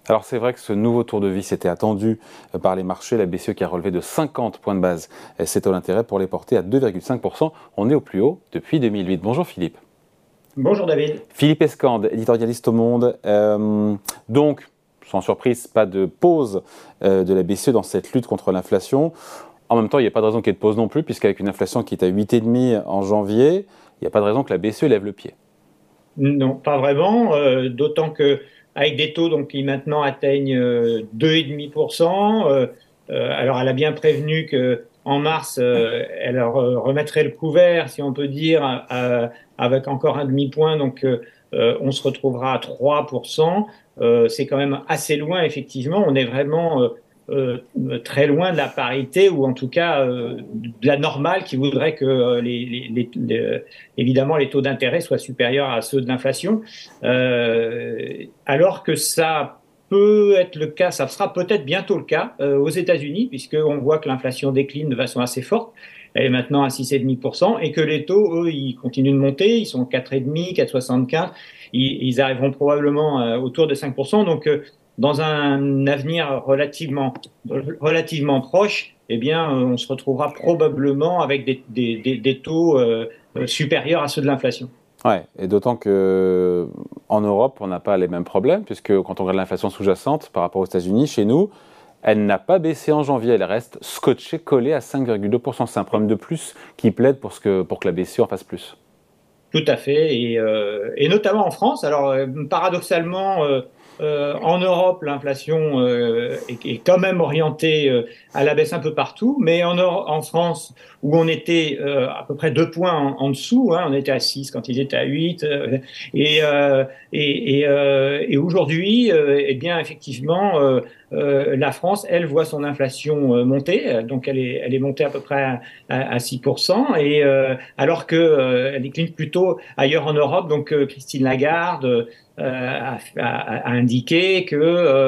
Alors c'est vrai que ce nouveau tour de vis était attendu par les marchés. La BCE qui a relevé de 50 points de base ses taux d'intérêt pour les porter à 2,5%. On est au plus haut depuis 2008. Bonjour Philippe. Bonjour David. Philippe Escande, éditorialiste au Monde. Donc, sans surprise, pas de pause de la BCE dans cette lutte contre l'inflation. En même temps, il n'y a pas de raison qu'il y ait de pause non plus, puisqu'avec une inflation qui est à 8,5 en janvier, il n'y a pas de raison que la BCE lève le pied. Non, pas vraiment, d'autant que avec des taux donc, qui maintenant atteignent 2,5%, alors elle a bien prévenu que en mars, elle remettrait le couvert, si on peut dire, avec encore un demi-point, donc on se retrouvera à 3%. C'est quand même assez loin, effectivement. On est vraiment très loin de la parité, ou en tout cas de la normale qui voudrait que évidemment les taux d'intérêt soient supérieurs à ceux de l'inflation. Alors que ça peut être le cas, ça sera peut-être bientôt le cas aux États-Unis, puisqu'on voit que l'inflation décline de façon assez forte. Elle est maintenant à 6,5%, et que les taux, eux, ils continuent de monter. Ils sont 4,5, 4,75. Ils arriveront probablement autour de 5%. Donc, dans un avenir relativement proche, eh bien, on se retrouvera probablement avec des taux supérieurs à ceux de l'inflation. Ouais, et d'autant que en Europe, on n'a pas les mêmes problèmes, puisque quand on regarde l'inflation sous-jacente par rapport aux États-Unis, chez nous, elle n'a pas baissé en janvier, elle reste scotchée, collée à 5,2%. C'est un problème de plus qui plaide pour que la BCE en fasse plus. Tout à fait, et notamment en France. Alors, paradoxalement, en Europe, l'inflation est quand même orientée à la baisse un peu partout, mais en France, où on était à peu près 2 points en dessous, hein, on était à 6 quand ils étaient à 8, et aujourd'hui, eh bien, effectivement, la France, elle, voit son inflation monter, donc elle est montée à peu près à 6%, et alors que elle décline plutôt ailleurs en Europe. Donc Christine Lagarde a indiqué que,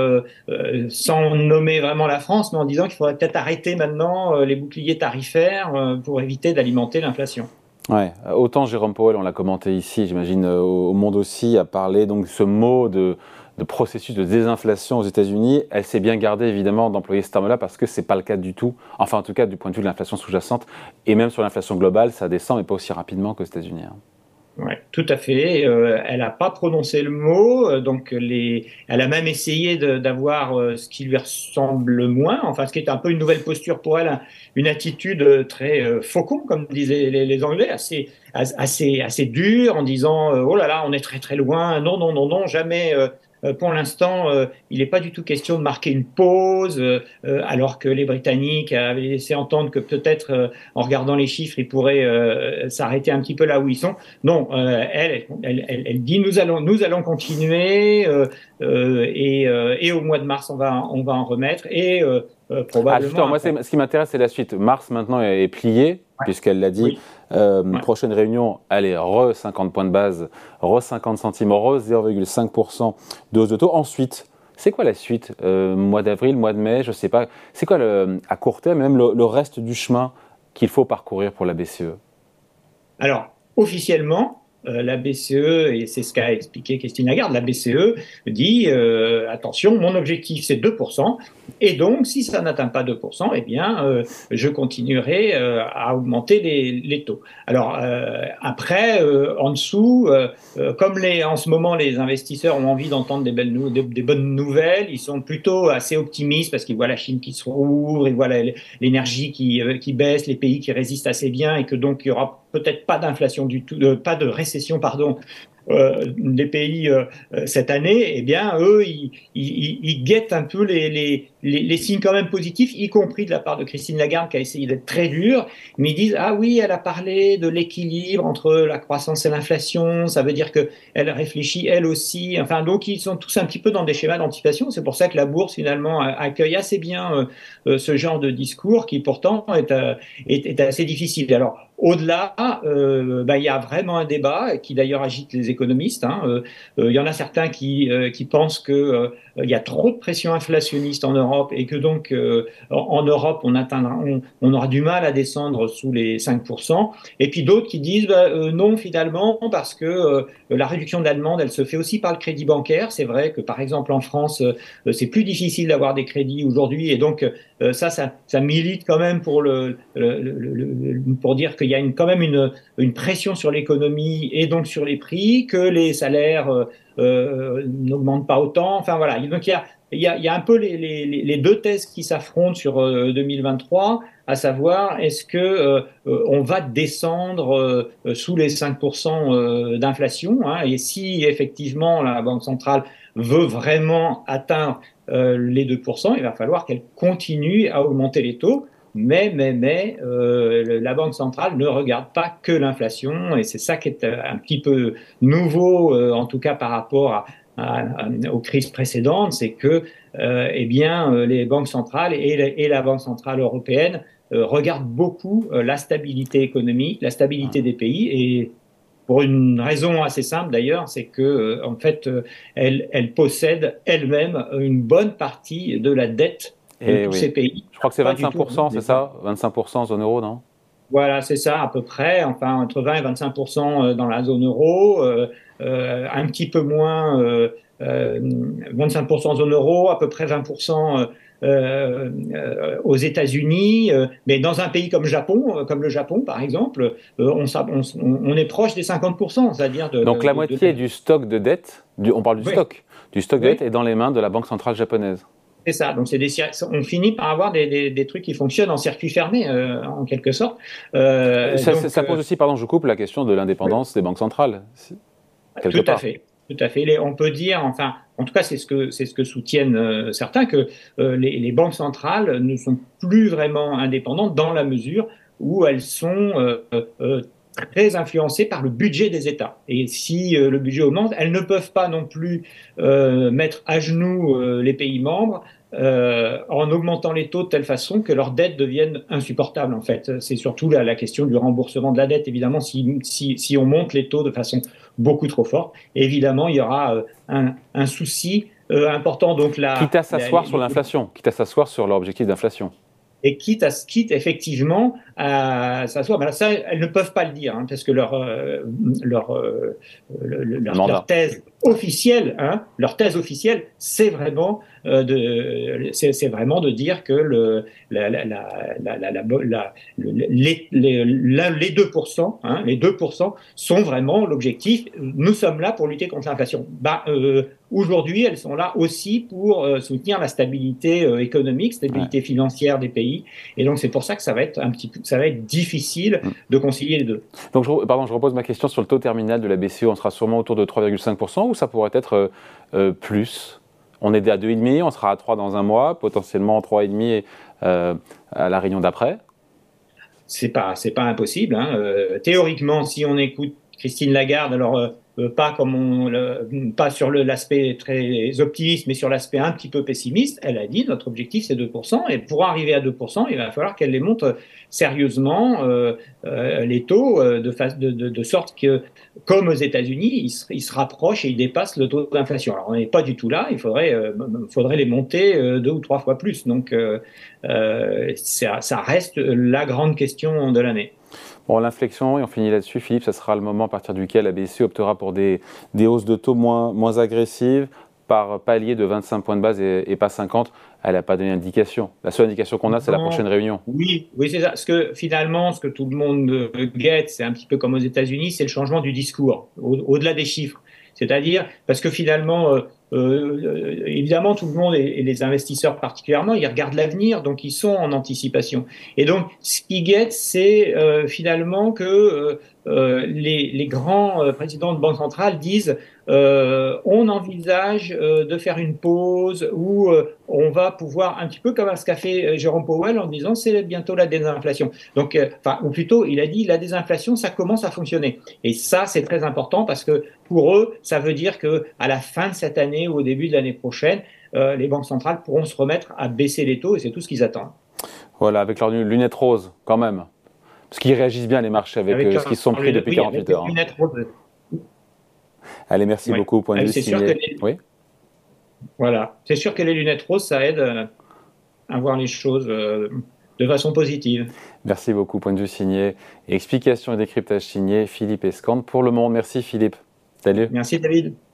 sans nommer vraiment la France, mais en disant qu'il faudrait peut-être arrêter maintenant les boucliers tarifaires pour éviter d'alimenter l'inflation. Ouais, autant Jérôme Powell, on l'a commenté ici, j'imagine au Monde aussi, a parlé donc ce mot de processus de désinflation aux États-Unis. Elle s'est bien gardée évidemment d'employer ce terme-là parce que c'est pas le cas du tout. Enfin, en tout cas, du point de vue de l'inflation sous-jacente et même sur l'inflation globale, ça descend, mais pas aussi rapidement qu'aux États-Unis. Hein. Ouais, tout à fait. Elle n'a pas prononcé le mot, elle a même essayé d'avoir ce qui lui ressemble le moins, enfin ce qui est un peu une nouvelle posture pour elle, une attitude très faucon, comme disaient les Anglais, assez dure, en disant oh là là, on est très très loin, non non non non, jamais. Pour l'instant, il n'est pas du tout question de marquer une pause, alors que les Britanniques avaient laissé entendre que peut-être, en regardant les chiffres, ils pourraient s'arrêter un petit peu là où ils sont. Non, elle dit nous allons continuer, et au mois de mars on va en remettre, et Ah, probablement justement, moi, après. ce qui m'intéresse, c'est la suite. Mars, maintenant, est plié, Ouais, puisqu'elle l'a dit. oui, ouais. Prochaine réunion, allez, re 50 points de base, re 50 centimes, re 0,5% de hausse de taux. Ensuite, c'est quoi la suite mois d'avril, mois de mai, je ne sais pas. C'est quoi, à court terme, même le reste du chemin qu'il faut parcourir pour la BCE? Alors, officiellement, la BCE, et c'est ce qu'a expliqué Christine Lagarde, la BCE dit attention, mon objectif c'est 2%, et donc si ça n'atteint pas 2%, eh bien, je continuerai à augmenter les taux. Alors, après, en dessous, comme en ce moment les investisseurs ont envie d'entendre des bonnes nouvelles, ils sont plutôt assez optimistes parce qu'ils voient la Chine qui se rouvre, ils voient l'énergie qui baisse, les pays qui résistent assez bien, et que donc il y aura peut-être pas d'inflation du tout, pas de récession, pardon, des pays cette année. Eh bien, eux, ils guettent un peu les signes quand même positifs, y compris de la part de Christine Lagarde, qui a essayé d'être très dure, mais ils disent, ah oui, elle a parlé de l'équilibre entre la croissance et l'inflation, ça veut dire qu'elle réfléchit elle aussi. Enfin, donc, ils sont tous un petit peu dans des schémas d'anticipation. C'est pour ça que la bourse, finalement, accueille assez bien ce genre de discours qui, pourtant, est assez difficile. Alors, au-delà, il y a vraiment un débat qui d'ailleurs agite les économistes. Il y en a certains qui pensent qu'il y a trop de pression inflationniste en Europe Europe et que donc en Europe on aura du mal à descendre sous les 5%. Et puis d'autres qui disent non finalement parce que la réduction de la demande elle se fait aussi par le crédit bancaire. C'est vrai que par exemple en France c'est plus difficile d'avoir des crédits aujourd'hui et donc ça milite quand même pour dire qu'il y a quand même une pression sur l'économie et donc sur les prix, que les salaires n'augmentent pas autant. Enfin voilà, donc il y a un peu les deux thèses qui s'affrontent sur 2023, à savoir est-ce que on va descendre sous les 5% d'inflation, hein, et si effectivement la Banque centrale veut vraiment atteindre les 2%, il va falloir qu'elle continue à augmenter les taux. Mais la Banque centrale ne regarde pas que l'inflation, et c'est ça qui est un petit peu nouveau, en tout cas par rapport aux crises précédentes, c'est que eh bien, les banques centrales et la Banque centrale européenne regardent beaucoup la stabilité économique, la stabilité des pays, et pour une raison assez simple d'ailleurs, c'est que en fait, elle possède elle-même une bonne partie de la dette de tous ces pays. Je crois que c'est 25%, c'est ça? 25% zone euro, non? Voilà, c'est ça à peu près, enfin entre 20 et 25% dans la zone euro, un petit peu moins, 25% zone euro, à peu près 20% aux États-Unis, mais dans un pays comme le Japon par exemple, on est proche des 50%, c'est-à-dire donc la moitié du stock de dette, on parle du stock de dette est dans les mains de la Banque centrale japonaise. C'est ça, donc on finit par avoir des trucs qui fonctionnent en circuit fermé, en quelque sorte. Ça pose aussi, pardon, je coupe, la question de l'indépendance des banques centrales. Tout à fait. On peut dire, enfin, en tout cas, c'est ce que soutiennent certains, que les banques centrales ne sont plus vraiment indépendantes dans la mesure où elles sont très influencées par le budget des États. Et si le budget augmente, elles ne peuvent pas non plus mettre à genoux les pays membres en augmentant les taux de telle façon que leurs dettes deviennent insupportables, en fait. C'est surtout la question du remboursement de la dette. Évidemment, si on monte les taux de façon beaucoup trop forte, évidemment, il y aura un souci important. Donc quitte à s'asseoir sur l'inflation, quitte à s'asseoir sur leur objectif d'inflation. Et quitte effectivement à s'asseoir. Ben ça, elles ne peuvent pas le dire, hein, parce que leur thèse officielle, c'est vraiment de dire que les 2%, les 2% sont vraiment l'objectif. Nous sommes là pour lutter contre l'inflation. Aujourd'hui, elles sont là aussi pour soutenir la stabilité économique, stabilité financière des pays. Et donc, c'est pour ça que ça va être difficile de concilier les deux. Donc, je repose ma question sur le taux terminal de la BCE. On sera sûrement autour de 3,5%, ou ça pourrait être plus? On est à 2,5%, on sera à 3% dans un mois, potentiellement 3,5% à la réunion d'après. C'est pas impossible, hein. Théoriquement, si on écoute Christine Lagarde, alors pas sur l'aspect très optimiste, mais sur l'aspect un petit peu pessimiste, elle a dit notre objectif c'est 2%, et pour arriver à 2%, il va falloir qu'elle les monte sérieusement, les taux, de sorte que, comme aux États-Unis, ils se rapprochent et ils dépassent le taux d'inflation. Alors on n'est pas du tout là, il faudrait les monter 2 ou 3 fois plus. Donc ça reste la grande question de l'année. Bon, l'inflexion, et on finit là-dessus, Philippe, ça sera le moment à partir duquel la BCE optera pour des hausses de taux moins agressives, par palier de 25 points de base et pas 50. Elle n'a pas donné d'indication. La seule indication qu'on a, c'est la prochaine réunion. Oui, c'est ça. Ce que tout le monde guette, c'est un petit peu comme aux États-Unis, c'est le changement du discours, au-delà des chiffres. C'est-à-dire, parce que finalement, évidemment, tout le monde, et les investisseurs particulièrement, ils regardent l'avenir, donc ils sont en anticipation. Et donc, ce qu'ils guettent, c'est finalement que les grands présidents de banque centrale disent on envisage de faire une pause où on va pouvoir, un petit peu comme ce qu'a fait Jérôme Powell en disant c'est bientôt la désinflation. Donc, ou plutôt, il a dit la désinflation, ça commence à fonctionner. Et ça, c'est très important parce que pour eux, ça veut dire que à la fin de cette année ou au début de l'année prochaine, les banques centrales pourront se remettre à baisser les taux et c'est tout ce qu'ils attendent. Voilà, avec leurs lunettes roses, quand même. Parce qu'ils réagissent bien, les marchés, avec ce qu'ils se sont pris depuis 48 heures. Lunettes roses. Allez, merci beaucoup. Point de vue signé. Voilà. C'est sûr que les lunettes roses, ça aide à voir les choses de façon positive. Merci beaucoup. Point de vue signé, explication et décryptage signé Philippe Escande pour Le Monde. Merci Philippe. Salut. Merci David.